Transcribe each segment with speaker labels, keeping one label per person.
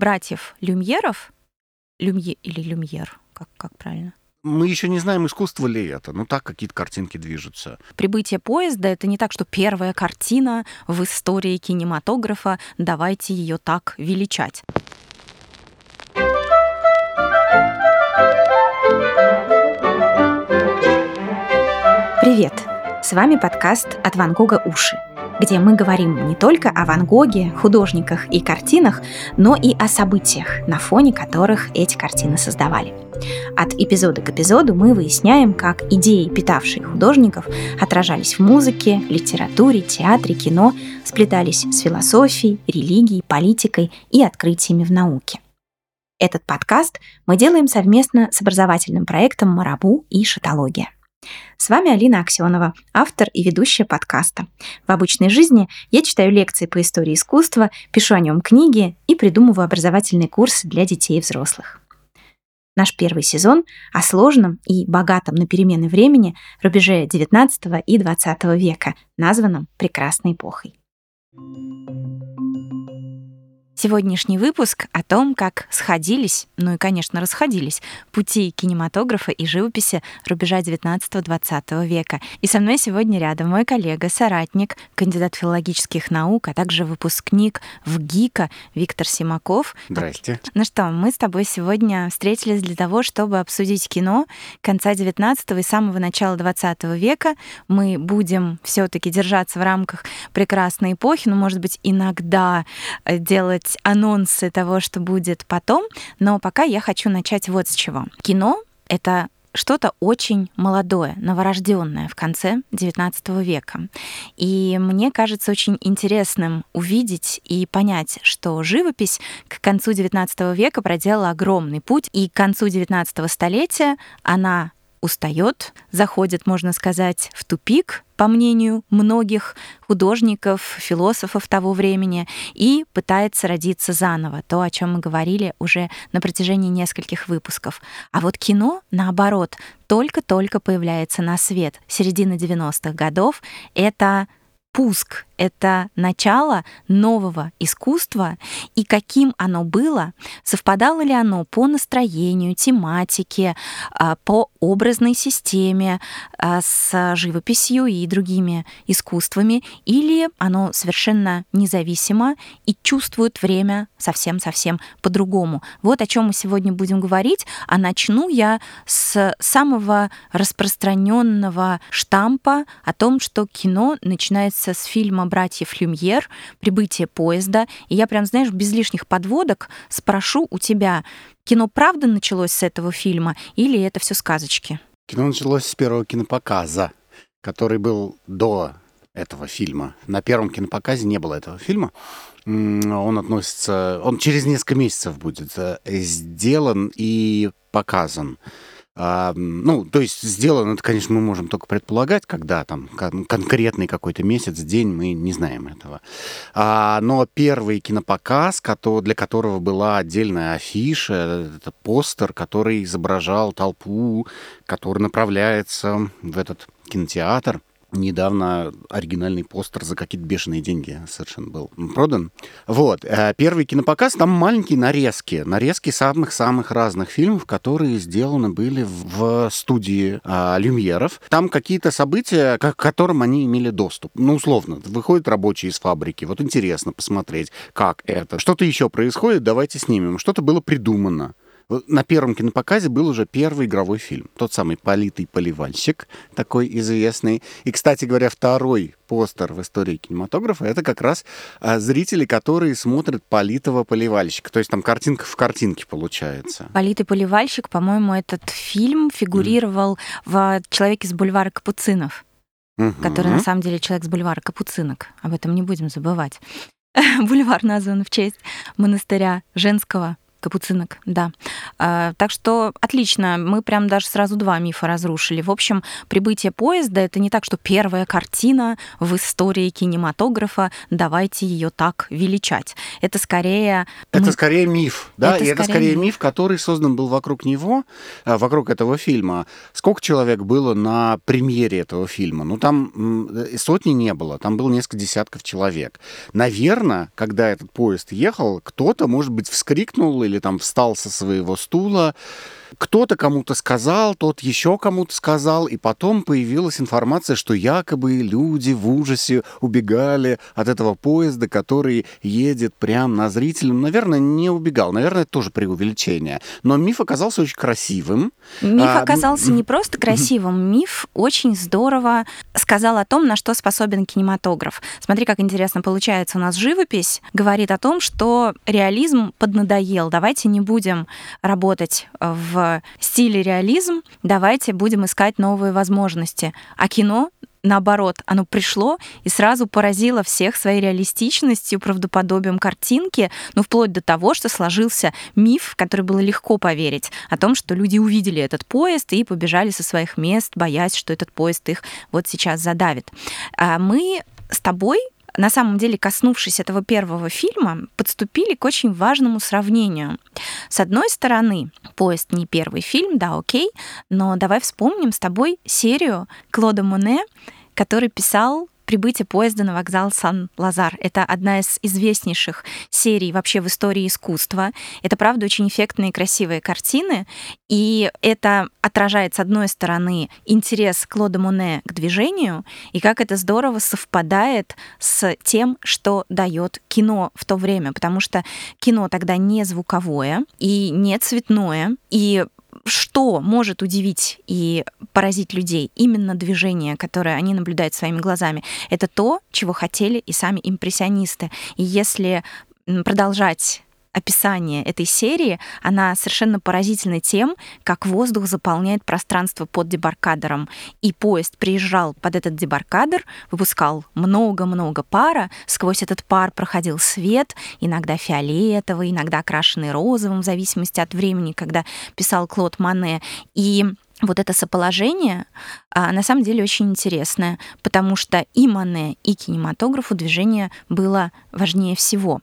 Speaker 1: братьев Люмьеров, Люмье или Люмьер, как правильно?
Speaker 2: Мы еще не знаем, искусство ли это, но так какие-то картинки движутся.
Speaker 1: «Прибытие поезда» — это не так, что первая картина в истории кинематографа, давайте ее так величать. Привет! С вами подкаст «От Ван Гога уши», где мы говорим не только о Ван Гоге, художниках и картинах, но и о событиях, на фоне которых эти картины создавали. От эпизода к эпизоду мы выясняем, как идеи, питавшие художников, отражались в музыке, литературе, театре, кино, сплетались с философией, религией, политикой и открытиями в науке. Этот подкаст мы делаем совместно с образовательным проектом «Марабу» и «Шатология». С вами Алина Аксенова, автор и ведущая подкаста. В обычной жизни я читаю лекции по истории искусства, пишу о нем книги и придумываю образовательные курсы для детей и взрослых. Наш первый сезон о сложном и богатом на перемены времени рубеже XIX и XX века, названном «Прекрасной эпохой». Сегодняшний выпуск о том, как сходились, ну и, конечно, расходились пути кинематографа и живописи рубежа XIX-XX века. И со мной сегодня рядом мой коллега, соратник, кандидат филологических наук, а также выпускник ВГИКа Виктор Симаков.
Speaker 2: Здрасте.
Speaker 1: Ну что, мы с тобой сегодня встретились для того, чтобы обсудить кино конца XIX и самого начала XX века. Мы будем все-таки держаться в рамках прекрасной эпохи, но, может быть, иногда делать анонсы того, что будет потом, но пока я хочу начать вот с чего. Кино — это что-то очень молодое, новорожденное в конце XIX века. И мне кажется очень интересным увидеть и понять, что живопись к концу XIX века проделала огромный путь, и к концу XIX столетия она устает, заходит, можно сказать, в тупик, по мнению многих художников, философов того времени, и пытается родиться заново, то, о чем мы говорили уже на протяжении нескольких выпусков. А вот кино, наоборот, только-только появляется на свет. Середина 90-х годов — это пуск, это начало нового искусства, и каким оно было, совпадало ли оно по настроению, тематике, по образной системе с живописью и другими искусствами, или оно совершенно независимо и чувствует время совсем-совсем по-другому. Вот о чем мы сегодня будем говорить, а начну я с самого распространенного штампа о том, что кино начинается с фильма братьев Люмьер «Прибытие поезда». И я прям, знаешь, без лишних подводок спрошу у тебя, кино правда началось с этого фильма или это все сказочки?
Speaker 2: Кино началось с первого кинопоказа, который был до этого фильма. На первом кинопоказе не было этого фильма. Он через несколько месяцев будет сделан и показан. То есть сделано, это, конечно, мы можем только предполагать, когда там конкретный какой-то месяц, день, мы не знаем этого. Но первый кинопоказ, для которого была отдельная афиша, это постер, который изображал толпу, которая направляется в этот кинотеатр. Недавно оригинальный постер за какие-то бешеные деньги совершенно был продан. Вот. Первый кинопоказ, там маленькие нарезки самых-самых разных фильмов, которые сделаны были в студии Люмьеров. Там какие-то события, к которым они имели доступ. Условно, выходят рабочие из фабрики, вот интересно посмотреть, как это. Что-то еще происходит, давайте снимем. Что-то было придумано. На первом кинопоказе был уже первый игровой фильм. Тот самый «Политый поливальщик», такой известный. И, кстати говоря, второй постер в истории кинематографа — это как раз зрители, которые смотрят «Политого поливальщика». То есть там картинка в картинке получается.
Speaker 1: «Политый поливальщик», по-моему, этот фильм фигурировал в «Человеке с бульвара Капуцинов», который на самом деле человек с бульвара Капуцинок. Об этом не будем забывать. Бульвар назван в честь монастыря женского Капуцинок, да. Так что отлично, мы прям даже сразу 2 мифа разрушили. В общем, «Прибытие поезда» — это не так, что первая картина в истории кинематографа, давайте ее так величать. Это скорее...
Speaker 2: Это скорее миф, да? Это скорее
Speaker 1: миф,
Speaker 2: миф, который создан был вокруг него, вокруг этого фильма. Сколько человек было на премьере этого фильма? Ну, там сотни не было, там было несколько десятков человек. Наверное, когда этот поезд ехал, кто-то, может быть, вскрикнул или там встал со своего стула, кто-то кому-то сказал, тот еще кому-то сказал, и потом появилась информация, что якобы люди в ужасе убегали от этого поезда, который едет прямо на зрителя. Наверное, не убегал, наверное, это тоже преувеличение. Но миф оказался очень красивым.
Speaker 1: Миф оказался не просто красивым, миф очень здорово сказал о том, на что способен кинематограф. Смотри, как интересно получается. У нас живопись говорит о том, что реализм поднадоел. Давайте не будем работать в стиле реализм, давайте будем искать новые возможности. А кино, наоборот, оно пришло и сразу поразило всех своей реалистичностью, правдоподобием картинки, ну, вплоть до того, что сложился миф, в который было легко поверить, о том, что люди увидели этот поезд и побежали со своих мест, боясь, что этот поезд их вот сейчас задавит. А мы с тобой, на самом деле, коснувшись этого первого фильма, подступили к очень важному сравнению. С одной стороны, «Поезд» не первый фильм, да, окей, но давай вспомним с тобой серию Клода Моне, который писал «Прибытие поезда на вокзал Сан-Лазар». Это одна из известнейших серий вообще в истории искусства. Это, правда, очень эффектные и красивые картины, и это отражает, с одной стороны, интерес Клода Моне к движению, и как это здорово совпадает с тем, что дает кино в то время, потому что кино тогда не звуковое и не цветное, и что может удивить и поразить людей? Именно движение, которое они наблюдают своими глазами. Это то, чего хотели и сами импрессионисты. И если продолжать описание этой серии, она совершенно поразительна тем, как воздух заполняет пространство под дебаркадером. И поезд приезжал под этот дебаркадер, выпускал много-много пара, сквозь этот пар проходил свет, иногда фиолетовый, иногда окрашенный розовым, в зависимости от времени, когда писал Клод Моне. И вот это соположение на самом деле очень интересное, потому что и Моне, и кинематографу движение было важнее всего.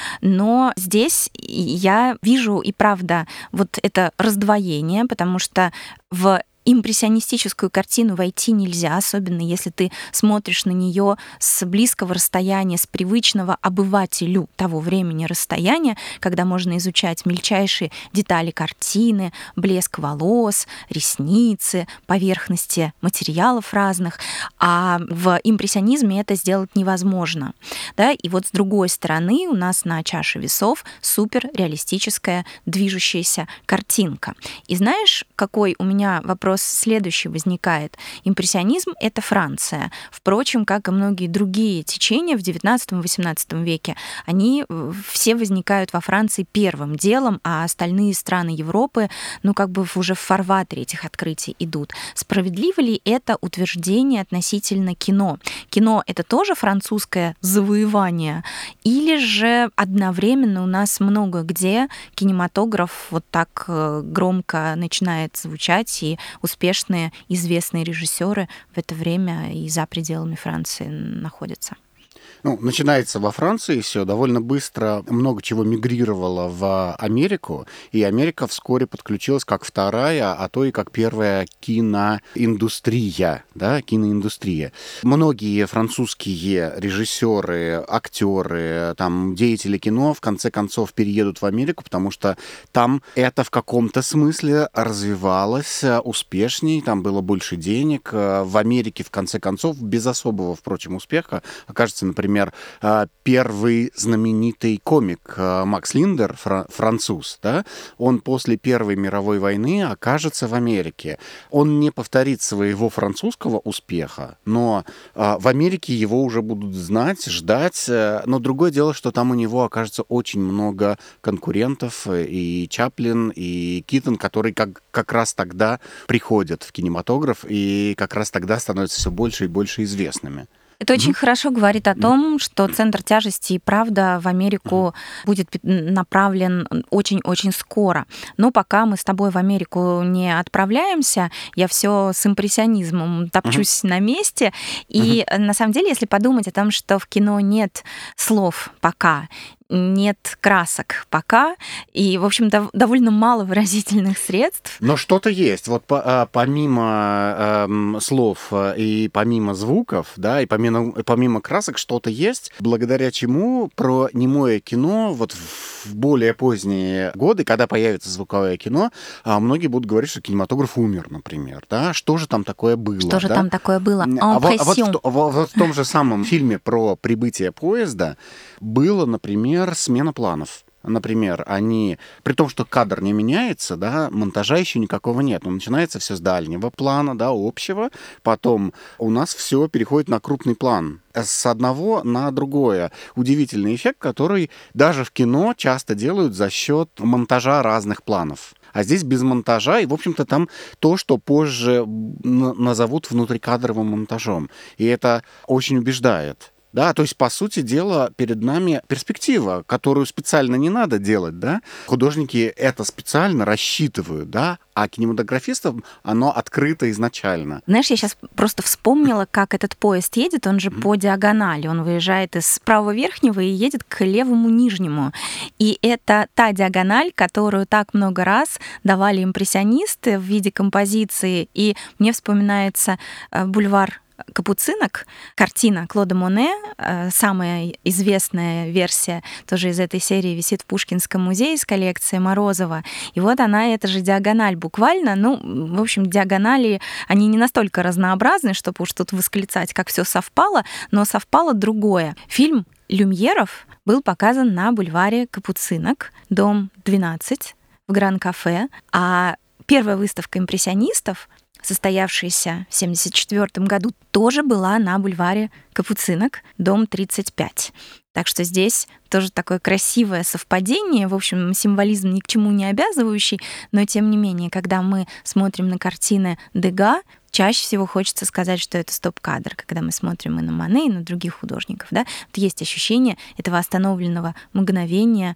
Speaker 1: Но здесь я вижу и правда вот это раздвоение, потому что в импрессионистическую картину войти нельзя, особенно если ты смотришь на нее с близкого расстояния, с привычного обывателю того времени расстояния, когда можно изучать мельчайшие детали картины, блеск волос, ресницы, поверхности материалов разных, а в импрессионизме это сделать невозможно. Да? И вот с другой стороны у нас на чаше весов суперреалистическая движущаяся картинка. И знаешь, какой у меня вопрос следующий возникает? Импрессионизм — это Франция. Впрочем, как и многие другие течения в XIX-XVIII веке, они все возникают во Франции первым делом, а остальные страны Европы, ну, как бы уже в фарватере этих открытий идут. Справедливо ли это утверждение относительно кино? Кино — это тоже французское завоевание? Или же одновременно у нас много где кинематограф вот так громко начинает звучать, и успешные, известные режиссеры в это время и за пределами Франции находятся?
Speaker 2: Ну, начинается во Франции все довольно быстро, много чего мигрировало в Америку, и Америка вскоре подключилась как вторая, а то и как первая киноиндустрия, да, киноиндустрия. Многие французские режиссеры, актеры, там, деятели кино в конце концов переедут в Америку, потому что там это в каком-то смысле развивалось успешней, там было больше денег. В Америке, в конце концов, без особого, впрочем, успеха, окажется, например, первый знаменитый комик Макс Линдер, француз, да, он после Первой мировой войны окажется в Америке. Он не повторит своего французского успеха, но в Америке его уже будут знать, ждать. Но другое дело, что там у него окажется очень много конкурентов, и Чаплин, и Китон, которые как раз тогда приходят в кинематограф и как раз тогда становятся все больше и больше известными.
Speaker 1: Это очень хорошо говорит о том, что центр тяжести и правда в Америку будет направлен очень-очень скоро. Но пока мы с тобой в Америку не отправляемся, я все с импрессионизмом топчусь на месте. И на самом деле, если подумать о том, что в кино нет слов пока, нет красок пока, и, в общем, довольно мало выразительных средств.
Speaker 2: Но что-то есть. Вот помимо слов и помимо звуков, да, и помимо красок что-то есть, благодаря чему про немое кино вот в более поздние годы, когда появится звуковое кино, многие будут говорить, что кинематограф умер, например. Да? Что же там такое было?
Speaker 1: Что же там такое было?
Speaker 2: Вот в том же самом фильме про прибытие поезда было, например, смена планов. Например, при том, что кадр не меняется, да, монтажа еще никакого нет. Но начинается все с дальнего плана, да, общего. Потом у нас все переходит на крупный план. С одного на другое. Удивительный эффект, который даже в кино часто делают за счет монтажа разных планов. А здесь без монтажа, и, в общем-то, там то, что позже назовут внутрикадровым монтажом. И это очень убеждает. Да, то есть, по сути дела, перед нами перспектива, которую специально не надо делать, да. Художники это специально рассчитывают, да, а кинематографистам оно открыто изначально.
Speaker 1: Знаешь, я сейчас просто вспомнила, как этот поезд едет, он же по диагонали, он выезжает из правого верхнего и едет к левому нижнему. И это та диагональ, которую так много раз давали импрессионисты в виде композиции. И мне вспоминается бульвар Капуцинок, картина Клода Моне, самая известная версия тоже из этой серии висит в Пушкинском музее из коллекции Морозова. И вот она, это же диагональ буквально. Ну, в общем, диагонали, они не настолько разнообразны, чтобы уж тут восклицать, как все совпало, но совпало другое. Фильм Люмьеров был показан на бульваре Капуцинок, дом 12 в Гран-кафе, а первая выставка импрессионистов, состоявшаяся в 1974 году, тоже была на бульваре Капуцинок, дом 35. Так что здесь тоже такое красивое совпадение, в общем, символизм ни к чему не обязывающий, но тем не менее, когда мы смотрим на картины Дега, чаще всего хочется сказать, что это стоп-кадр, когда мы смотрим и на Мане, и на других художников. Да? Вот есть ощущение этого остановленного мгновения,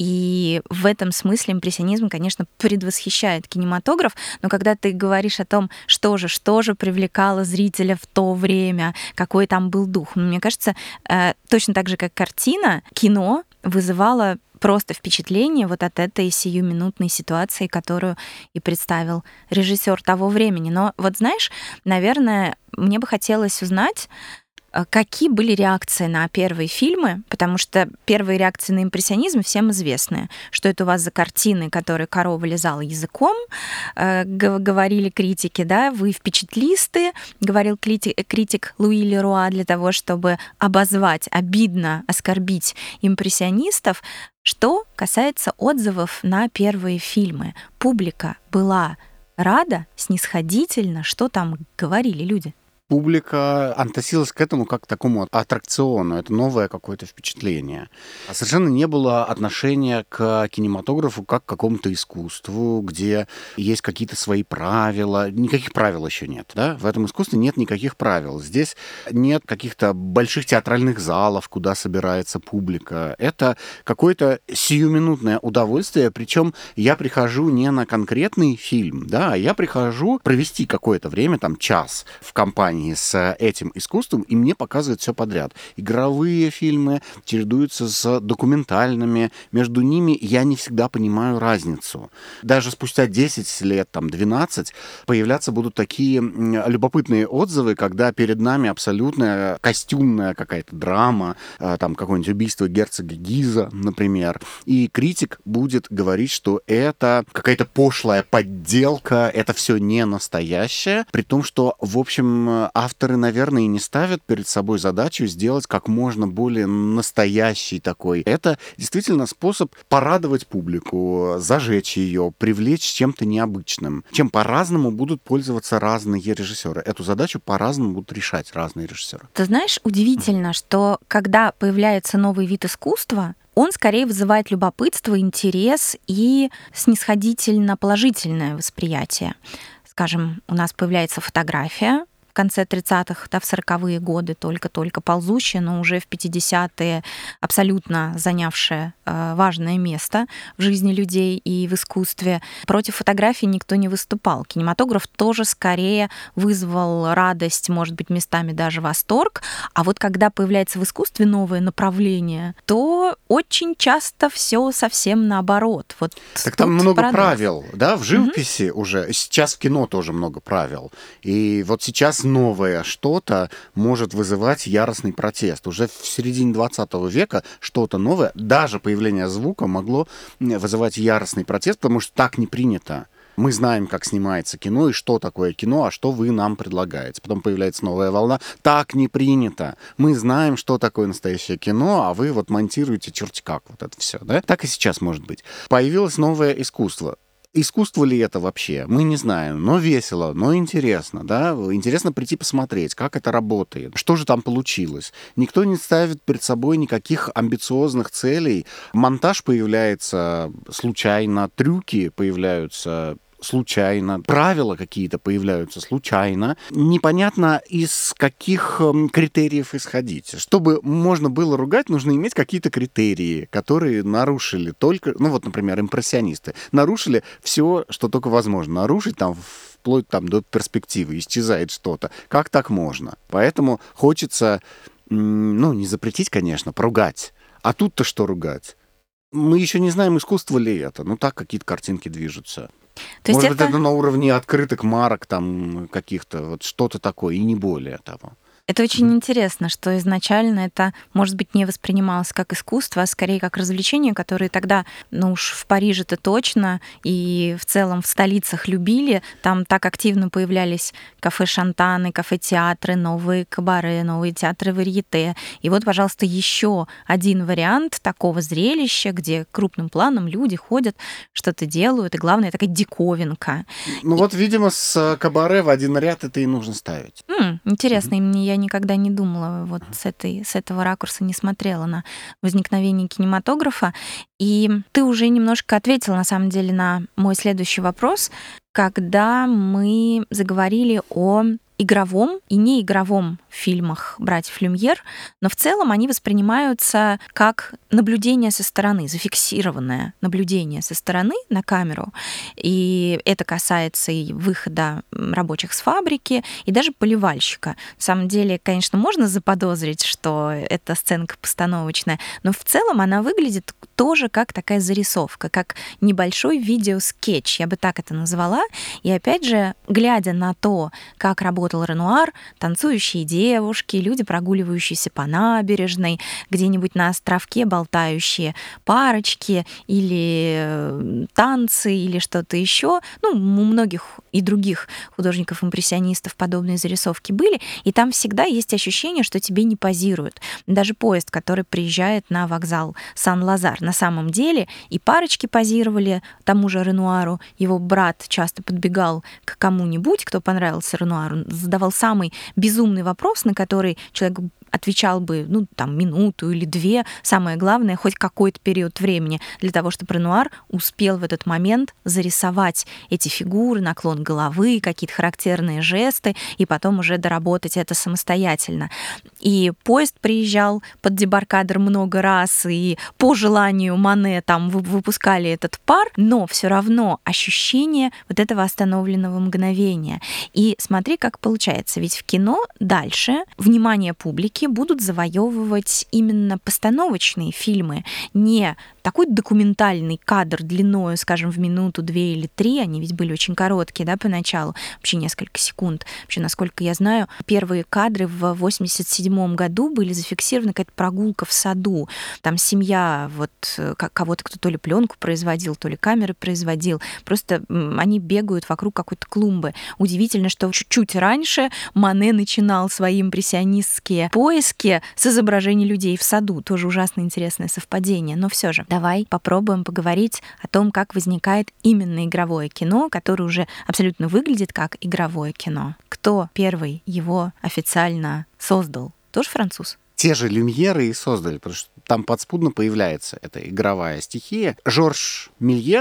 Speaker 1: и в этом смысле импрессионизм, конечно, предвосхищает кинематограф, но когда ты говоришь о том, что же привлекало зрителя в то время, какой там был дух, мне кажется, точно так же, как картина, кино вызывало просто впечатление вот от этой сиюминутной ситуации, которую и представил режиссер того времени. Но вот знаешь, наверное, мне бы хотелось узнать, какие были реакции на первые фильмы, потому что первые реакции на импрессионизм всем известны. Что это у вас за картины, которые корова лизала языком, говорили критики, да, вы впечатлисты, говорил критик Луи Леруа для того, чтобы обозвать, обидно оскорбить импрессионистов. Что касается отзывов на первые фильмы, публика была рада, снисходительна, что там говорили люди?
Speaker 2: Публика относилась к этому как к такому аттракциону, это новое какое-то впечатление. Совершенно не было отношения к кинематографу как к какому-то искусству, где есть какие-то свои правила. Никаких правил еще нет. Да? В этом искусстве нет никаких правил. Здесь нет каких-то больших театральных залов, куда собирается публика. Это какое-то сиюминутное удовольствие, причем я прихожу не на конкретный фильм, да, а я прихожу провести какое-то время, там, час в компании с этим искусством, и мне показывают все подряд. Игровые фильмы чередуются с документальными. Между ними я не всегда понимаю разницу. Даже спустя 10 лет, там, 12, появляться будут такие любопытные отзывы, когда перед нами абсолютная костюмная какая-то драма, там, какое-нибудь убийство герцога Гиза, например. И критик будет говорить, что это какая-то пошлая подделка, это все не настоящее, при том, что, в общем, авторы, наверное, и не ставят перед собой задачу сделать как можно более настоящий такой. Это действительно способ порадовать публику, зажечь ее, привлечь чем-то необычным, чем по-разному будут пользоваться разные режиссеры. Эту задачу по-разному будут решать разные режиссеры.
Speaker 1: Ты знаешь, удивительно, что когда появляется новый вид искусства, он скорее вызывает любопытство, интерес и снисходительно положительное восприятие. Скажем, у нас появляется фотография, конце 30-х, да, в 40-е годы только-только ползущее, но уже в 50-е абсолютно занявшее важное место в жизни людей и в искусстве. Против фотографий никто не выступал. Кинематограф тоже скорее вызвал радость, может быть, местами даже восторг. А вот когда появляется в искусстве новое направление, то очень часто все совсем наоборот. Вот
Speaker 2: так там много правил, да, в живописи уже. Сейчас в кино тоже много правил. И вот сейчас новое что-то может вызывать яростный протест. Уже в середине 20 века что-то новое, даже появление звука, могло вызывать яростный протест, потому что так не принято. Мы знаем, как снимается кино и что такое кино, а что вы нам предлагаете. Потом появляется новая волна. Так не принято. Мы знаем, что такое настоящее кино, а вы вот монтируете черти как вот это все, да? Так и сейчас может быть. Появилось новое искусство. Искусство ли это вообще? Мы не знаем, но весело, но интересно, да? Интересно прийти посмотреть, как это работает, что же там получилось. Никто не ставит перед собой никаких амбициозных целей. Монтаж появляется случайно, трюки появляются случайно, правила какие-то появляются случайно. Непонятно, из каких критериев исходить. Чтобы можно было ругать, нужно иметь какие-то критерии, которые нарушили только, ну вот, например, импрессионисты, нарушили все, что только возможно. Нарушить там вплоть там до перспективы, исчезает что-то. Как так можно? Поэтому хочется, ну, не запретить, конечно, поругать. А тут-то что ругать? Мы еще не знаем, искусство ли это. Ну, так какие-то картинки движутся. Может быть, это на уровне открыток марок там каких-то, вот что-то такое, и не более того.
Speaker 1: Это очень интересно, что изначально это, может быть, не воспринималось как искусство, а скорее как развлечение, которое тогда, ну уж в Париже-то точно, и в целом в столицах любили. Там так активно появлялись кафе-шантаны, кафе-театры, новые кабаре, новые театры варьете. И вот, пожалуйста, еще один вариант такого зрелища, где крупным планом люди ходят, что-то делают, и главное, такая диковинка.
Speaker 2: Ну вот, видимо, с кабаре в один ряд это и нужно ставить.
Speaker 1: Интересно, я никогда не думала, вот с этого ракурса не смотрела на возникновение кинематографа. И ты уже немножко ответила, на самом деле, на мой следующий вопрос, когда мы заговорили о игровом и неигровом фильмах братьев Люмьер, но в целом они воспринимаются как наблюдение со стороны, зафиксированное наблюдение со стороны на камеру. И это касается и выхода рабочих с фабрики, и даже поливальщика. На самом деле, конечно, можно заподозрить, что это сценка постановочная, но в целом она выглядит тоже как такая зарисовка, как небольшой видеоскетч, я бы так это назвала. И опять же, глядя на то, как работал Ренуар, танцующие девушки, люди, прогуливающиеся по набережной, где-нибудь на островке болтающие парочки или танцы, или что-то еще. Ну, у многих и других художников-импрессионистов подобные зарисовки были, и там всегда есть ощущение, что тебе не позируют. Даже поезд, который приезжает на вокзал Сан-Лазар, на самом деле и парочки позировали тому же Ренуару, его брат часто подбегал к кому-нибудь, кто понравился Ренуару, задавал самый безумный вопрос, на который человек отвечал бы, ну, там, минуту или две, самое главное, хоть какой-то период времени, для того, чтобы Ренуар успел в этот момент зарисовать эти фигуры, наклон головы, какие-то характерные жесты, и потом уже доработать это самостоятельно. И поезд приезжал под дебаркадер много раз, и по желанию Мане там выпускали этот пар, но все равно ощущение вот этого остановленного мгновения. И смотри, как получается, ведь в кино дальше внимание публики будут завоевывать именно постановочные фильмы, не такой документальный кадр длиною, скажем, в минуту, 2 или 3, они ведь были очень короткие, да, поначалу, вообще несколько секунд. Вообще, насколько я знаю, первые кадры в 87 году были зафиксированы, какая-то прогулка в саду. Там семья, вот кого-то, кто то ли пленку производил, то ли камеры производил. Просто они бегают вокруг какой-то клумбы. Удивительно, что чуть-чуть раньше Мане начинал свои импрессионистские поиски с изображений людей в саду. Тоже ужасно интересное совпадение. Но все же, давай попробуем поговорить о том, как возникает именно игровое кино, которое уже абсолютно выглядит как игровое кино. Кто первый его официально создал? Тоже француз?
Speaker 2: Те же Люмьеры и создали, потому что там подспудно появляется эта игровая стихия. Жорж Мельес,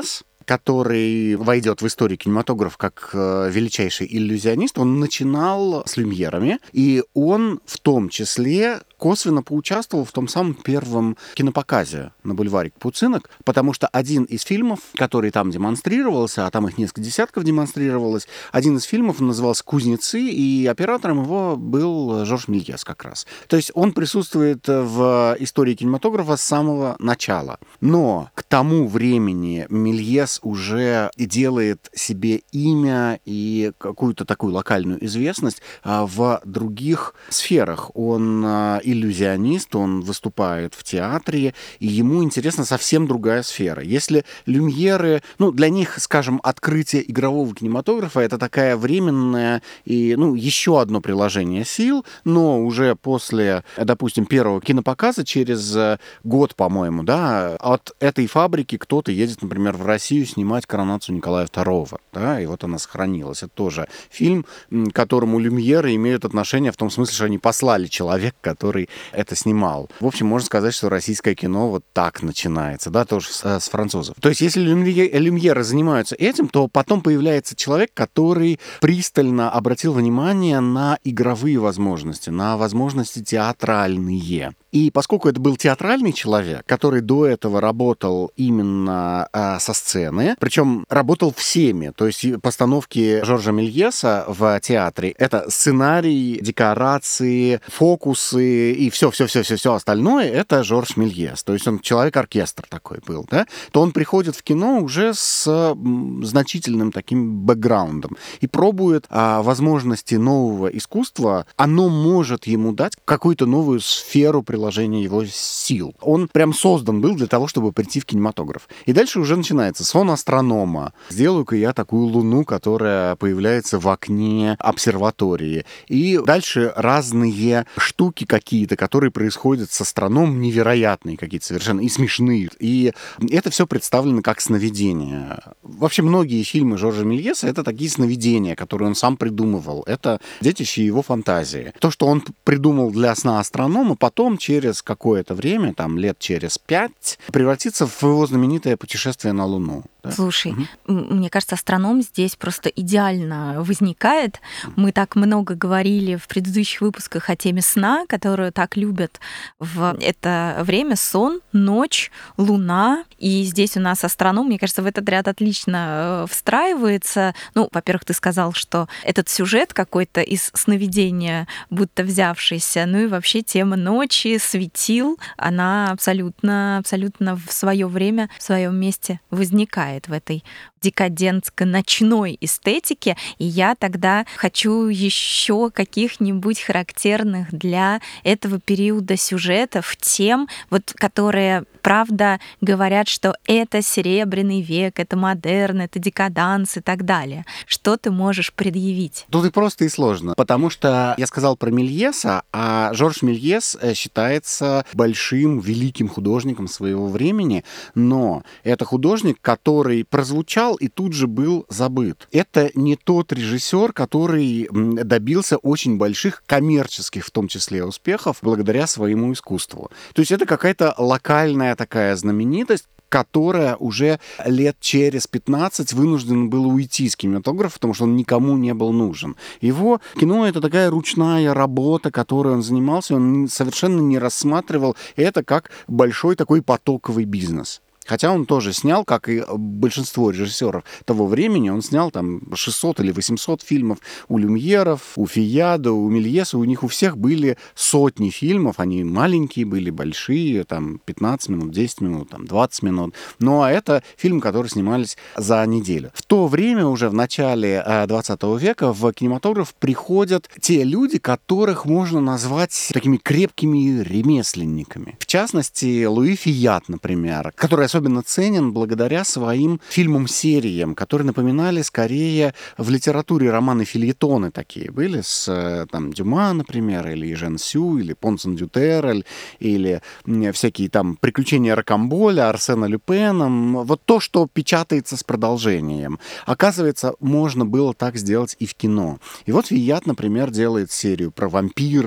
Speaker 2: который войдет в историю кинематографа как величайший иллюзионист, он начинал с люмьерами, и он в том числе косвенно поучаствовал в том самом первом кинопоказе на бульваре Капуцинок, потому что один из фильмов, который там демонстрировался, а там их несколько десятков демонстрировалось, один из фильмов назывался «Кузнецы», и оператором его был Жорж Мельес как раз. То есть он присутствует в истории кинематографа с самого начала. Но к тому времени Мельес уже делает себе имя и какую-то такую локальную известность в других сферах. Он иллюзионист, он выступает в театре, и ему интересна совсем другая сфера. Если люмьеры, для них, скажем, открытие игрового кинематографа — это такая временная и, еще одно приложение сил, но уже после, допустим, первого кинопоказа, через год, по-моему, да, от этой фабрики кто-то едет, например, в Россию снимать «Коронацию Николая II», да, и вот она сохранилась. Это тоже фильм, к которому люмьеры имеют отношение в том смысле, что они послали человека, который это снимал. В общем, можно сказать, что российское кино вот так начинается, да, тоже с французов. То есть, если люмьеры занимаются этим, то потом появляется человек, который пристально обратил внимание на игровые возможности, на возможности театральные. И поскольку это был театральный человек, который до этого работал именно со сцены, причем работал всеми, то есть постановки Жоржа Мельеса в театре — это сценарий, декорации, фокусы и все остальное — это Жорж Мельес. То есть он человек-оркестр такой был, да? То он приходит в кино уже с значительным таким бэкграундом и пробует возможности нового искусства. Оно может ему дать какую-то новую сферу приложения его сил. Он прям создан был для того, чтобы прийти в кинематограф. И дальше уже начинается сон астронома. Сделаю-ка я такую луну, которая появляется в окне обсерватории. И дальше разные штуки какие-то, которые происходят с астрономом, невероятные какие-то совершенно, и смешные. И это все представлено как сновидение. Вообще многие фильмы Жоржа Мельеса — это такие сновидения, которые он сам придумывал. Это детище его фантазии. То, что он придумал для сна астронома, потом через какое-то время, там лет через 5, превратится в его знаменитое путешествие на Луну. Да?
Speaker 1: Слушай, мне кажется, астроном здесь просто идеально возникает. Мы так много говорили в предыдущих выпусках о теме сна, которую так любят в это время: сон, ночь, луна. И здесь у нас астроном, мне кажется, в этот ряд отлично встраивается. Во-первых, ты сказал, что этот сюжет какой-то из сновидения, будто взявшийся, и вообще тема ночи, светил, она абсолютно в свое время, в своем месте возникает в этой декадентско-ночной эстетике. И я тогда хочу еще каких-нибудь характерных для этого периода сюжетов, тем, которые, правда, говорят, что это серебряный век, это модерн, это декаданс и так далее. Что ты можешь предъявить?
Speaker 2: Тут и просто, и сложно. Потому что я сказал про Мельеса, а Жорж Мельес считается большим, великим художником своего времени, но это художник, который прозвучал и тут же был забыт. Это не тот режиссер, который добился очень больших коммерческих, в том числе, успехов благодаря своему искусству. То есть это какая-то локальная такая знаменитость, которая уже лет через 15 вынужден был уйти с кинематографа, потому что он никому не был нужен. Его кино — это такая ручная работа, которой он занимался, он совершенно не рассматривал это как большой такой потоковый бизнес. Хотя он тоже снял, как и большинство режиссеров того времени, он снял там 600 или 800 фильмов у люмьеров, у Фияда, у Мельеса, у них у всех были сотни фильмов, они маленькие были, большие, там 15 минут, 10 минут, там 20 минут. А это фильмы, которые снимались за неделю. В то время, уже в начале 20 века, в кинематограф приходят те люди, которых можно назвать такими крепкими ремесленниками. В частности, Луи Фияд, например, который особенно ценен благодаря своим фильмам-сериям, которые напоминали скорее в литературе романы-фельетоны такие были, с Дюма, например, или Жен Сю, или Понсен Дютерель, или всякие там «Приключения Рокамболя», Арсена Люпена. Вот то, что печатается с продолжением. Оказывается, можно было так сделать и в кино. И вот Фияд, например, делает серию про вампиров,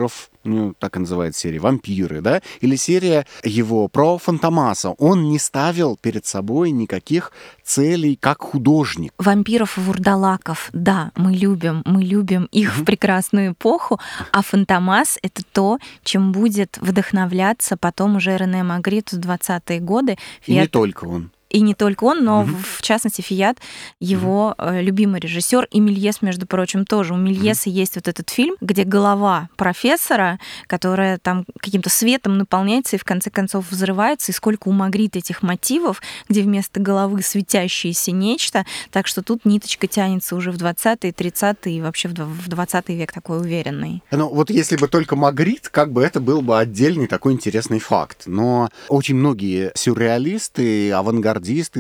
Speaker 2: ну, так и называется серия, «Вампиры», да, или серия его про Фантомаса. Он не ставил перед собой никаких целей как художник.
Speaker 1: Вампиров и вурдалаков, да, мы любим их в прекрасную эпоху, а Фантомас — это то, чем будет вдохновляться потом уже Рене Магрит в 20-е годы.
Speaker 2: И не только он.
Speaker 1: И не только он, но в частности Фияд, его любимый режиссер, и Мельес, между прочим, тоже. У Мельеса есть вот этот фильм, где голова профессора, которая там каким-то светом наполняется и в конце концов взрывается, и сколько у Магрит этих мотивов, где вместо головы светящееся нечто, так что тут ниточка тянется уже в 20-е, 30-е и вообще в 20 век такой уверенный.
Speaker 2: Ну вот если бы только Магрит, как бы это был бы отдельный такой интересный факт. Но очень многие сюрреалисты, авангардисты,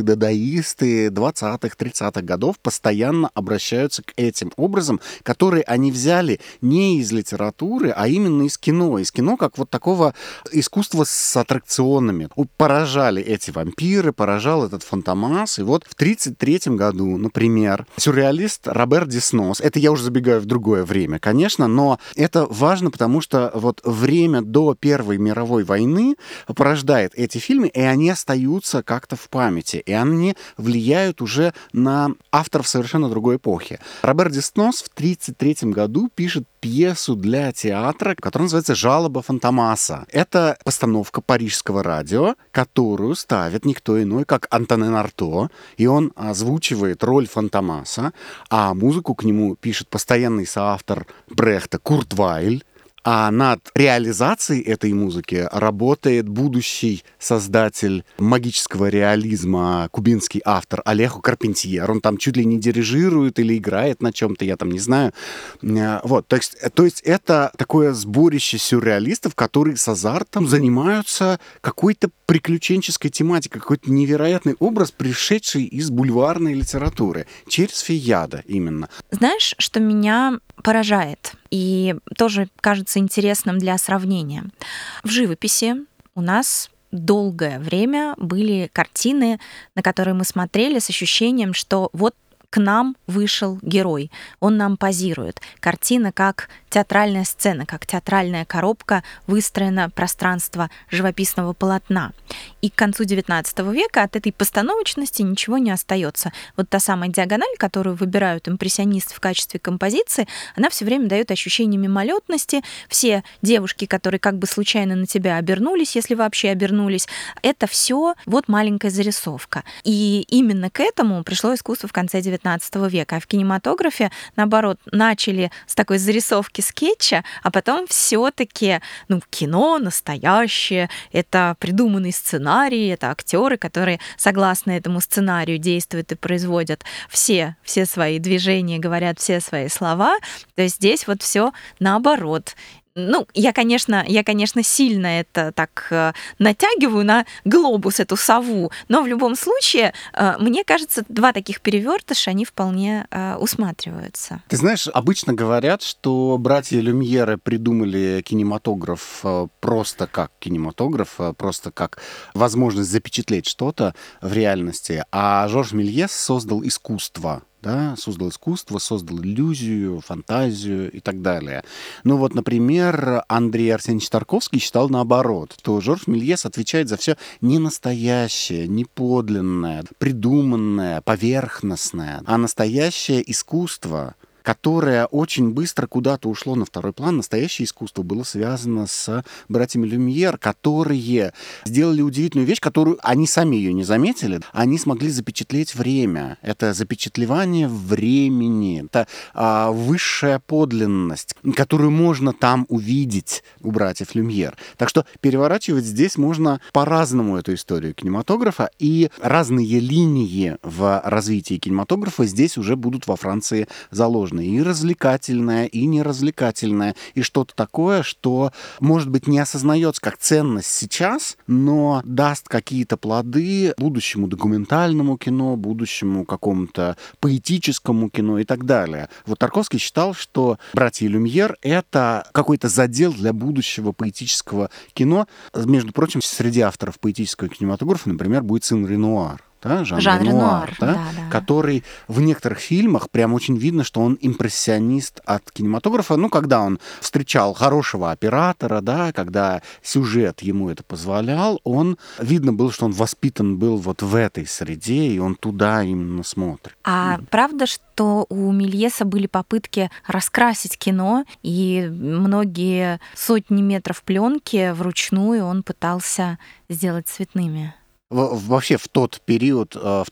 Speaker 2: дадаисты 20-х, 30-х годов постоянно обращаются к этим образам, которые они взяли не из литературы, а именно из кино. Из кино как вот такого искусства с аттракционами. Поражали эти вампиры, поражал этот Фантомас. И вот в 1933 году, например, сюрреалист Робер Деснос, это я уже забегаю в другое время, конечно, но это важно, потому что вот время до Первой мировой войны порождает эти фильмы, и они остаются как-то в памяти, и они влияют уже на авторов совершенно другой эпохи. Робер Деснос в 1933 году пишет пьесу для театра, которая называется «Жалоба Фантомаса». Это постановка Парижского радио, которую ставит никто иной, как Антонен Арто, и он озвучивает роль Фантомаса, а музыку к нему пишет постоянный соавтор Брехта Курт Вайль. А над реализацией этой музыки работает будущий создатель магического реализма, кубинский автор Алехо Карпентьер. Он там чуть ли не дирижирует или играет на чем-то, я там не знаю. Вот, то есть это такое сборище сюрреалистов, которые с азартом занимаются какой-то приключенческой тематикой, какой-то невероятный образ, пришедший из бульварной литературы, через Фияда именно.
Speaker 1: Знаешь, что меня поражает и тоже кажется интересным для сравнения? В живописи у нас долгое время были картины, на которые мы смотрели с ощущением, что вот к нам вышел герой, он нам позирует. Картина как театральная сцена, как театральная коробка, выстроено пространство живописного полотна. И к концу XIX века от этой постановочности ничего не остается. Вот та самая диагональ, которую выбирают импрессионисты в качестве композиции, она все время дает ощущение мимолетности. Все девушки, которые как бы случайно на тебя обернулись, если вообще обернулись, это все вот маленькая зарисовка. И именно к этому пришло искусство в конце XIX века. А в кинематографе, наоборот, начали с такой зарисовки скетча, а потом все-таки кино настоящее, это придуманный сценарий, это актеры, которые согласно этому сценарию действуют и производят все свои движения, говорят все свои слова. То есть здесь вот все наоборот. Я, конечно, сильно это так натягиваю на глобус, эту сову, но в любом случае, мне кажется, два таких перевертыша, они вполне усматриваются.
Speaker 2: Ты знаешь, обычно говорят, что братья Люмьеры придумали кинематограф просто как кинематограф, просто как возможность запечатлеть что-то в реальности, а Жорж Мельес создал искусство. Да, создал искусство, создал иллюзию, фантазию и так далее. Ну вот, например, Андрей Арсеньевич Тарковский считал наоборот, что Жорж Мельес отвечает за все ненастоящее, неподлинное, придуманное, поверхностное, а настоящее искусство, которое очень быстро куда-то ушло на второй план. Настоящее искусство было связано с братьями Люмьер, которые сделали удивительную вещь, которую они сами ее не заметили. Они смогли запечатлеть время. Это запечатлевание времени. Это высшая подлинность, которую можно там увидеть у братьев Люмьер. Так что переворачивать здесь можно по-разному эту историю кинематографа, и разные линии в развитии кинематографа здесь уже будут во Франции заложены. И развлекательное, и неразвлекательное, и что-то такое, что, может быть, не осознается как ценность сейчас, но даст какие-то плоды будущему документальному кино, будущему какому-то поэтическому кино и так далее. Вот Тарковский считал, что «Братья Люмьер» — это какой-то задел для будущего поэтического кино. Между прочим, среди авторов поэтического кинематографа, например, будет сын Ренуар. да, Жан
Speaker 1: Жан
Speaker 2: Ренуар,
Speaker 1: Ренуар,
Speaker 2: да,
Speaker 1: да-да.
Speaker 2: который в некоторых фильмах прям очень видно, что он импрессионист от кинематографа. Ну, когда он встречал хорошего оператора, да, когда сюжет ему это позволял, он, видно было, что он воспитан был вот в этой среде, и он туда именно смотрит.
Speaker 1: А правда, что у Мельеса были попытки раскрасить кино, и многие сотни метров пленки вручную он пытался сделать цветными?
Speaker 2: Вообще в тот период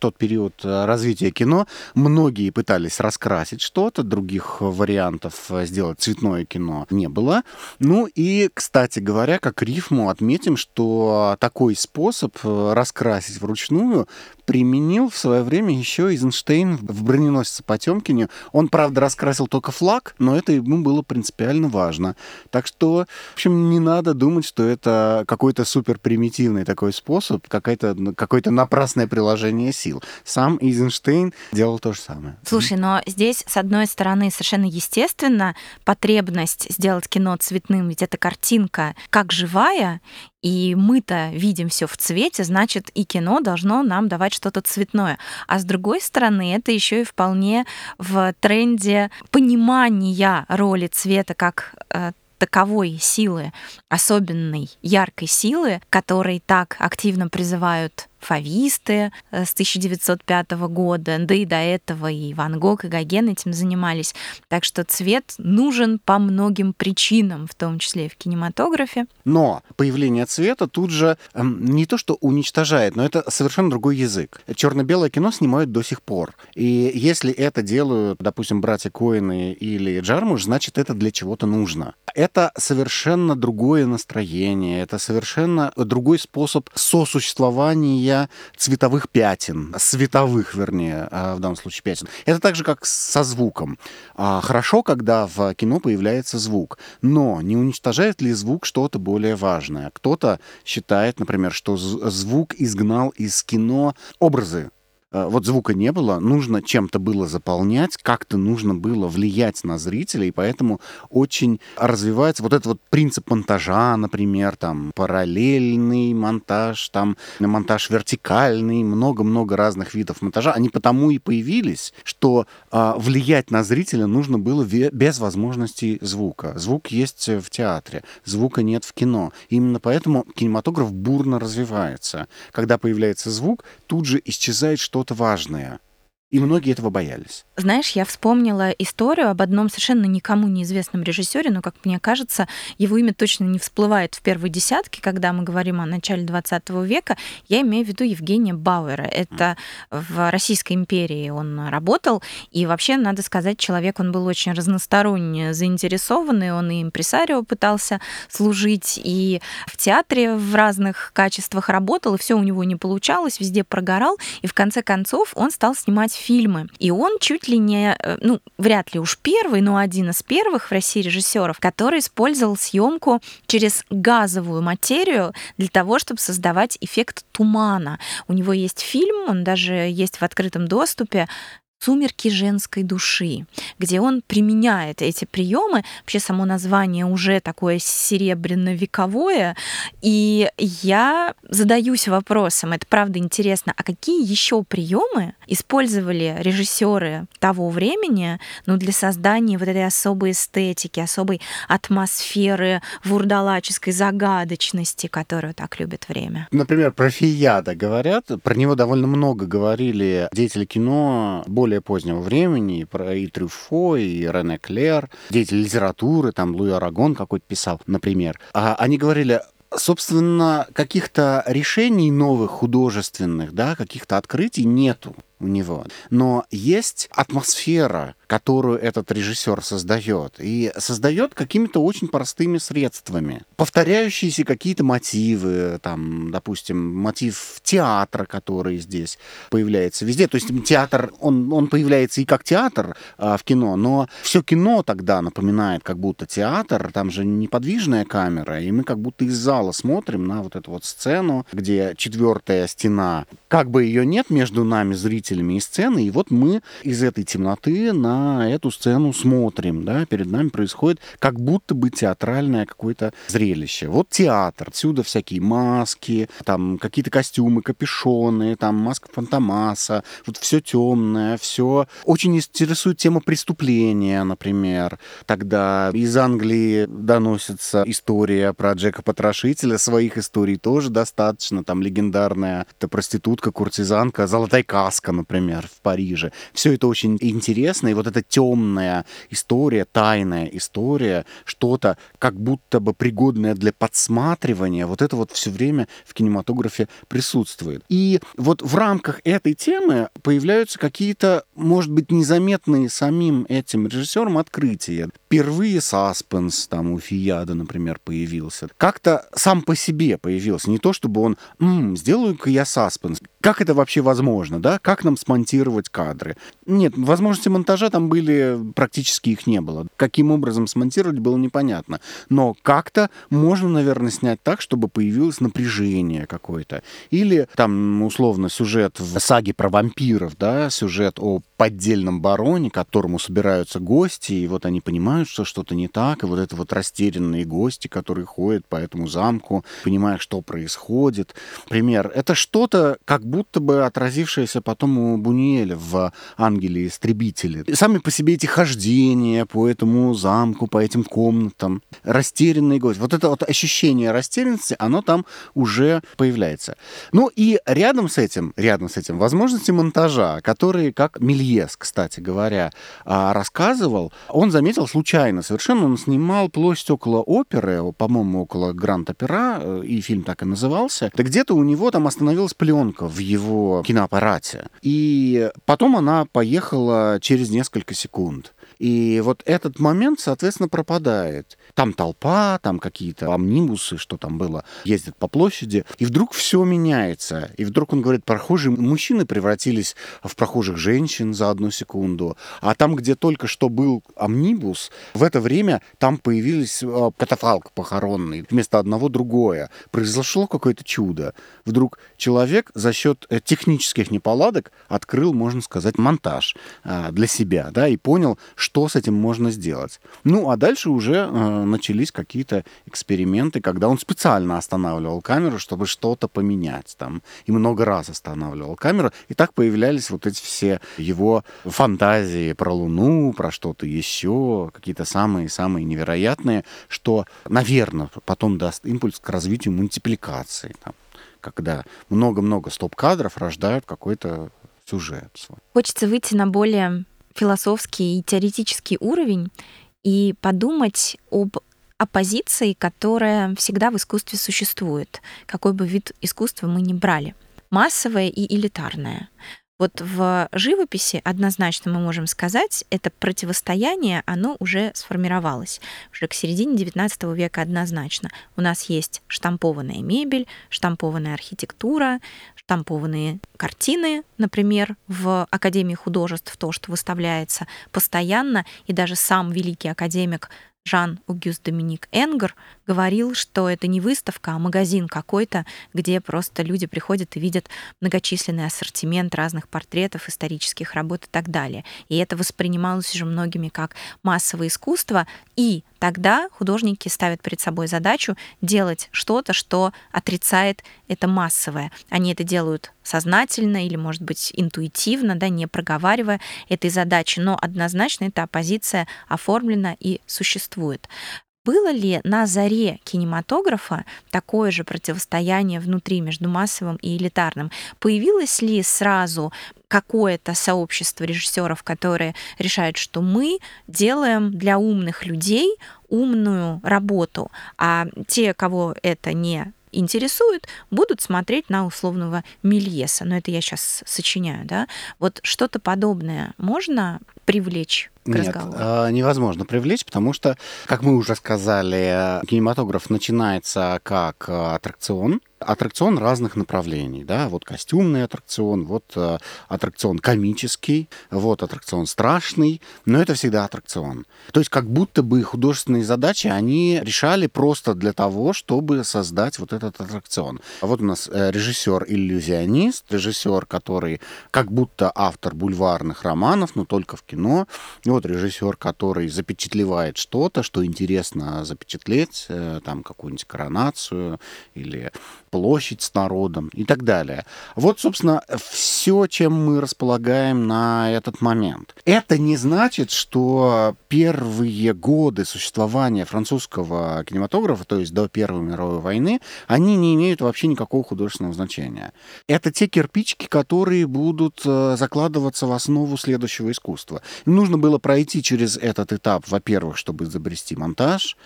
Speaker 2: развития кино многие пытались раскрасить что-то, других вариантов сделать цветное кино не было. Ну и, кстати говоря, как рифму отметим, что такой способ раскрасить вручную применил в свое время еще Эйзенштейн в «Броненосце Потемкине». Он, правда, раскрасил только флаг, но это ему было принципиально важно. Так что, в общем, не надо думать, что это какой-то супер примитивный такой способ, какое-то напрасное приложение сил. Сам Эйзенштейн делал то же самое.
Speaker 1: Слушай, но здесь, с одной стороны, совершенно естественно потребность сделать кино цветным, ведь эта картинка как живая, и мы-то видим все в цвете, значит, и кино должно нам давать что-то цветное. А с другой стороны, это еще и вполне в тренде понимания роли цвета как таковой силы, особенной, яркой силы, которой так активно призывают фависты с 1905 года, да и до этого и Ван Гог, и Гоген этим занимались. Так что цвет нужен по многим причинам, в том числе и в кинематографе.
Speaker 2: Но появление цвета тут же не то что уничтожает, но это совершенно другой язык. Черно-белое кино снимают до сих пор. И если это делают, допустим, братья Коэны или Джармуш, значит, это для чего-то нужно. Это совершенно другое настроение, это совершенно другой способ сосуществования цветовых пятен, световых, вернее, в данном случае пятен. Это так же, как со звуком. Хорошо, когда в кино появляется звук, но не уничтожает ли звук что-то более важное? Кто-то считает, например, что звук изгнал из кино образы. Вот звука не было, нужно чем-то было заполнять, как-то нужно было влиять на зрителя, и поэтому очень развивается вот этот вот принцип монтажа, например, там параллельный монтаж, там монтаж вертикальный, много-много разных видов монтажа. Они потому и появились, что влиять на зрителя нужно было без возможности звука. Звук есть в театре, звука нет в кино. Именно поэтому кинематограф бурно развивается. Когда появляется звук, тут же исчезает что-то важное. И многие этого боялись.
Speaker 1: Знаешь, я вспомнила историю об одном совершенно никому неизвестном режиссере, но, как мне кажется, его имя точно не всплывает в первой десятке, когда мы говорим о начале 20 века. Я имею в виду Евгения Бауэра. Это в Российской империи он работал, и вообще, надо сказать, человек, он был очень разносторонне заинтересованный, он и импресарио пытался служить, и в театре в разных качествах работал, и все у него не получалось, везде прогорал, и в конце концов он стал снимать фильмы. И он чуть ли не, вряд ли уж первый, но один из первых в России режиссеров, который использовал съемку через газовую материю для того, чтобы создавать эффект тумана. У него есть фильм, он даже есть в открытом доступе, «Сумерки женской души», где он применяет эти приемы. Вообще само название уже такое серебряно-вековое. И я задаюсь вопросом, это правда интересно, а какие еще приемы использовали режиссеры того времени, для создания вот этой особой эстетики, особой атмосферы вурдалаческой загадочности, которую так любит время?
Speaker 2: Например, про Фияда говорят, про него довольно много говорили деятели кино более позднего времени, про и Трюфо, и Рене Клер, деятели литературы, там Луи Арагон какой-то писал, например. Они говорили, собственно, каких-то решений новых художественных, да, каких-то открытий нету у него. Но есть атмосфера, которую этот режиссер создает. И создает какими-то очень простыми средствами. Повторяющиеся какие-то мотивы, там, допустим, мотив театра, который здесь появляется везде. То есть театр, он появляется и как театр в кино, но все кино тогда напоминает как будто театр. Там же неподвижная камера, и мы как будто из зала смотрим на вот эту вот сцену, где четвертая стена, как бы ее нет между нами, зрителями, зрителями из сцены, и вот мы из этой темноты на эту сцену смотрим, да, перед нами происходит как будто бы театральное какое-то зрелище. Вот театр, отсюда всякие маски, там какие-то костюмы, капюшоны, там маска Фантомаса, вот все темное, все. Очень интересует тема преступления, например. Тогда из Англии доносится история про Джека Потрошителя, своих историй тоже достаточно, там легендарная проститутка, куртизанка, золотая каска, например, в Париже. Все это очень интересно, и вот эта темная история, тайная история, что-то как будто бы пригодное для подсматривания, вот это вот все время в кинематографе присутствует. И вот в рамках этой темы появляются какие-то, может быть, незаметные самим этим режиссером открытия. Впервые саспенс там у Фияда, например, появился. Как-то сам по себе появился. Не то, чтобы он, сделаю-ка я саспенс. Как это вообще возможно, да? Как нам смонтировать кадры? Нет, возможности монтажа там были, практически их не было. Каким образом смонтировать, было непонятно. Но как-то можно, наверное, снять так, чтобы появилось напряжение какое-то. Или там, условно, сюжет в саге про вампиров, да, сюжет о поддельном бароне, к которому собираются гости, и вот они понимают, что что-то не так, и вот это вот растерянные гости, которые ходят по этому замку, понимая, что происходит. Пример. Это что-то, как будто бы отразившееся потом у Бунюэля в «Ангеле-истребителе». Сами по себе эти хождения по этому замку, по этим комнатам, растерянные гости. Вот это вот ощущение растерянности, оно там уже появляется. Ну и рядом с этим возможности монтажа, которые, как Мельес, кстати говоря, рассказывал, он заметил случайно совершенно, он снимал «Площадь около оперы», по-моему, около Гранд-Опера, и фильм так и назывался, да где-то у него там остановилась пленка в его киноаппарате. И потом она поехала через несколько секунд. И вот этот момент, соответственно, пропадает. Там толпа, там какие-то амнибусы, что там было, ездят по площади, и вдруг все меняется. И вдруг он говорит, прохожие мужчины превратились в прохожих женщин за одну секунду. А там, где только что был амнибус, в это время там появились катафалк похоронный, вместо одного другое. Произошло какое-то чудо. Вдруг человек за счет технических неполадок открыл, можно сказать, монтаж для себя, да, и понял, что с этим можно сделать. Ну, а дальше уже начались какие-то эксперименты, когда он специально останавливал камеру, чтобы что-то поменять там, и много раз останавливал камеру, и так появлялись вот эти все его фантазии про Луну, про что-то еще, какие-то самые-самые невероятные, что, наверное, потом даст импульс к развитию мультипликации, там, когда много-много стоп-кадров рождают какой-то сюжет свой.
Speaker 1: Хочется выйти на более философский и теоретический уровень и подумать об оппозиции, которая всегда в искусстве существует, какой бы вид искусства мы ни брали. Массовое и элитарное. Вот в живописи однозначно мы можем сказать, это противостояние, оно уже сформировалось. Уже к середине XIX века однозначно. У нас есть штампованная мебель, штампованная архитектура, штампованные картины, например, в Академии художеств, то, что выставляется постоянно, и даже сам великий академик Жан-Огюст Доминик Энгер говорил, что это не выставка, а магазин какой-то, где просто люди приходят и видят многочисленный ассортимент разных портретов, исторических работ и так далее. И это воспринималось уже многими как массовое искусство, и тогда художники ставят перед собой задачу делать что-то, что отрицает это массовое. Они это делают сознательно или, может быть, интуитивно, да, не проговаривая этой задачи, но однозначно эта оппозиция оформлена и существует. Было ли на заре кинематографа такое же противостояние внутри между массовым и элитарным? Появилось ли сразу какое-то сообщество режиссеров, которые решают, что мы делаем для умных людей умную работу, а те, кого это не интересует, будут смотреть на условного Мельеса. Но это я сейчас сочиняю, да? Вот что-то подобное можно привлечь к разговору?
Speaker 2: Нет, невозможно привлечь, потому что, как мы уже сказали, кинематограф начинается как аттракцион разных направлений, да, вот костюмный аттракцион, вот аттракцион комический, вот аттракцион страшный, но это всегда аттракцион. То есть как будто бы художественные задачи они решали просто для того, чтобы создать вот этот аттракцион. Вот у нас режиссер-иллюзионист, режиссер, который как будто автор бульварных романов, но только в кино. Вот режиссер, который запечатлевает что-то, что интересно запечатлеть, там какую-нибудь коронацию или площадь с народом и так далее. Вот, собственно, все, чем мы располагаем на этот момент. Это не значит, что первые годы существования французского кинематографа, то есть до Первой мировой войны, они не имеют вообще никакого художественного значения. Это те кирпичики, которые будут закладываться в основу следующего искусства. Им нужно было пройти через этот этап, во-первых, чтобы изобрести монтаж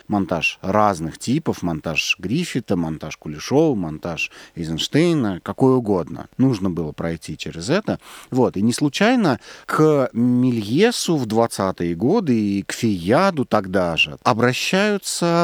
Speaker 2: разных типов, монтаж Гриффита, монтаж Кулешова, монтаж Эйзенштейна, какой угодно. Нужно было пройти через это. Вот. И не случайно к Мельесу в 20-е годы и к Фияду тогда же обращаются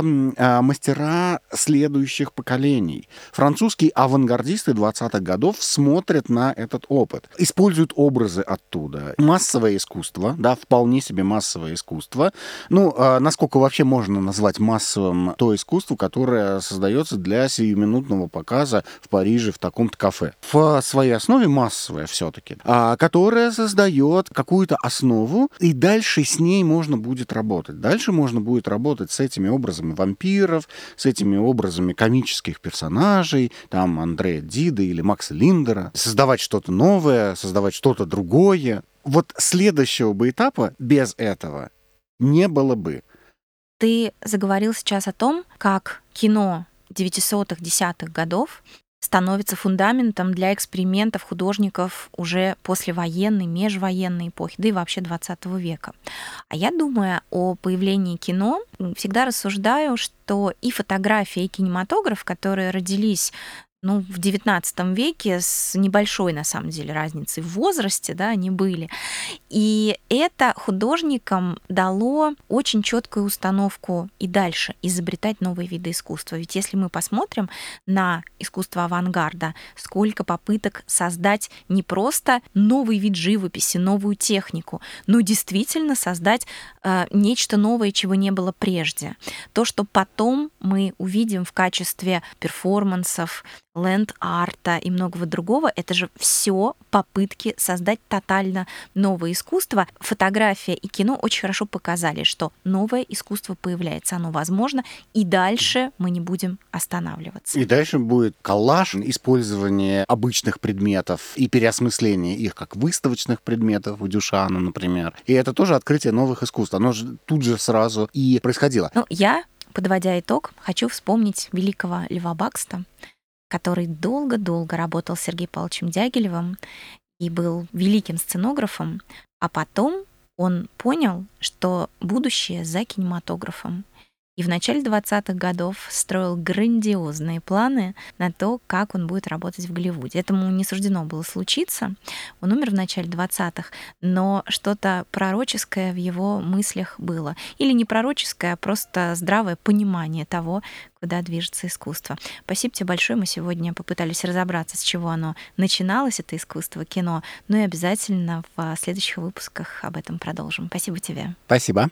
Speaker 2: мастера следующих поколений. Французские авангардисты 20-х годов смотрят на этот опыт, используют образы оттуда. Массовое искусство, да, вполне себе массовое искусство. Ну, насколько вообще можно назвать массовым то искусство, которое создается для сиюминутного показа в Париже в таком-то кафе. В своей основе массовое все-таки, которое создает какую-то основу, и дальше с ней можно будет работать. Дальше можно будет работать с этими образами вампиров, с этими образами комических персонажей, там Андреа Дида или Макса Линдера, создавать что-то новое, создавать что-то другое. Вот следующего бы этапа без этого не было бы.
Speaker 1: Ты заговорил сейчас о том, как кино 900-х, 10-х годов становится фундаментом для экспериментов художников уже послевоенной, межвоенной эпохи, да и вообще 20 века. А я, думая о появлении кино, всегда рассуждаю, что и фотография, и кинематограф, которые родились в XIX веке с небольшой, на самом деле, разницей в возрасте, да, они были. И это художникам дало очень четкую установку и дальше изобретать новые виды искусства. Ведь если мы посмотрим на искусство авангарда, сколько попыток создать не просто новый вид живописи, новую технику, но действительно создать нечто новое, чего не было прежде. То, что потом мы увидим в качестве перформансов, ленд-арта и многого другого, это же все попытки создать тотально новое искусство. Фотография и кино очень хорошо показали, что новое искусство появляется, оно возможно, и дальше мы не будем останавливаться.
Speaker 2: И дальше будет коллаж, использование обычных предметов и переосмысление их как выставочных предметов у Дюшана, например. И это тоже открытие новых искусств. Оно же тут же сразу и происходило.
Speaker 1: Я, подводя итог, хочу вспомнить великого Льва Бакста, который долго-долго работал с Сергеем Павловичем Дягилевым и был великим сценографом, а потом он понял, что будущее за кинематографом. И в начале 20-х годов строил грандиозные планы на то, как он будет работать в Голливуде. Этому не суждено было случиться. Он умер в начале 20-х, но что-то пророческое в его мыслях было. Или не пророческое, а просто здравое понимание того, куда движется искусство. Спасибо тебе большое. Мы сегодня попытались разобраться, с чего оно начиналось, это искусство кино. Ну и обязательно в следующих выпусках об этом продолжим. Спасибо тебе.
Speaker 2: Спасибо.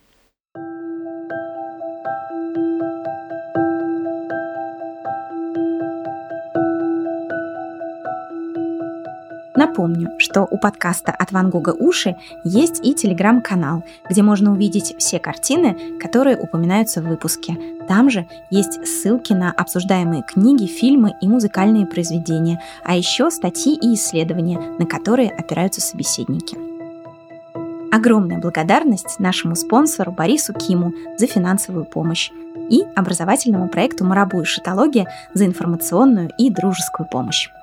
Speaker 1: Напомню, что у подкаста «От Ван Гога уши» есть и телеграм-канал, где можно увидеть все картины, которые упоминаются в выпуске. Там же есть ссылки на обсуждаемые книги, фильмы и музыкальные произведения, а еще статьи и исследования, на которые опираются собеседники. Огромная благодарность нашему спонсору Борису Киму за финансовую помощь и образовательному проекту «Марабу и шитология» за информационную и дружескую помощь.